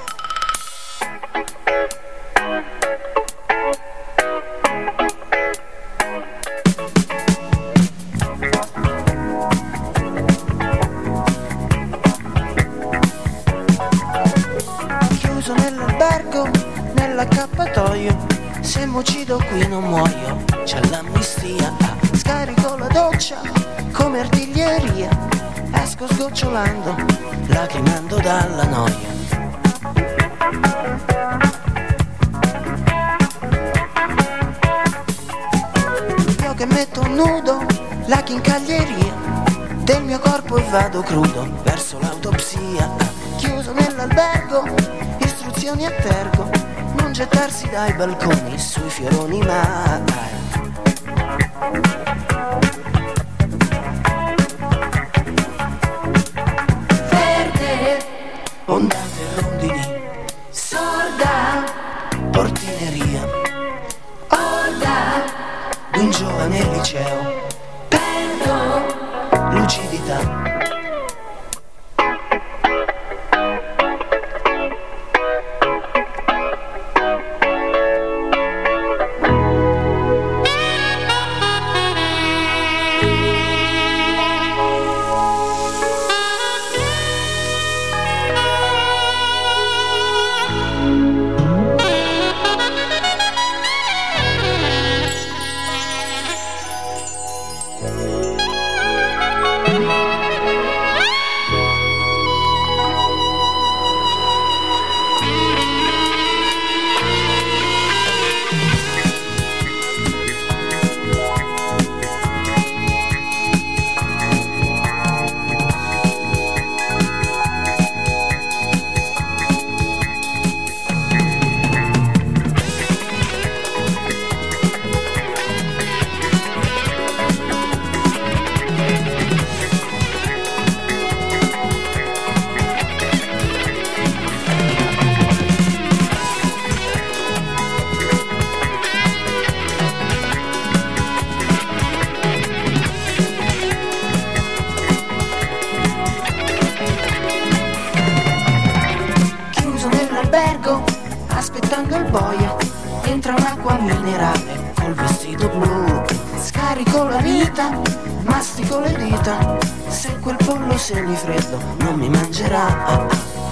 Chiuso nell'albergo, nell'accappatoio, se m'uccido qui non muoio, c'è l'amnistia. Scarico la doccia come artiglieria, esco sgocciolando, lacrimando dalla noia. Io che metto nudo la chincaglieria del mio corpo e vado crudo verso l'autopsia. Chiuso nell'albergo, istruzioni a tergo, non gettarsi dai balconi sui fioroni mai. Verde, ondate e rondini, sorda, portineria, orda d'un giovane liceo, perdo lucidità. portando il boia, entra un'acqua minerale col vestito blu. Scarico la vita, mastico le dita, se quel pollo semifreddo non mi mangerà.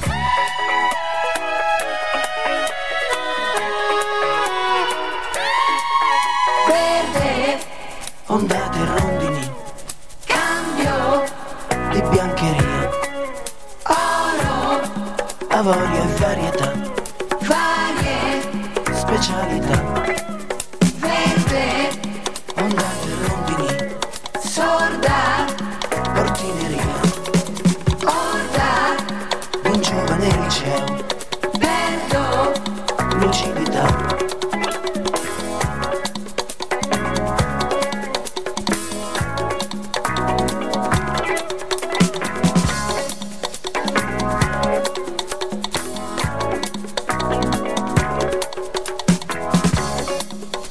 Verde, ondate e rondini, cambio di biancheria, oro, avorio e varietà, varie specialità. Verde, ondate e rondini, sorda, portineria, orda di un giovane liceo, perdo lucidità.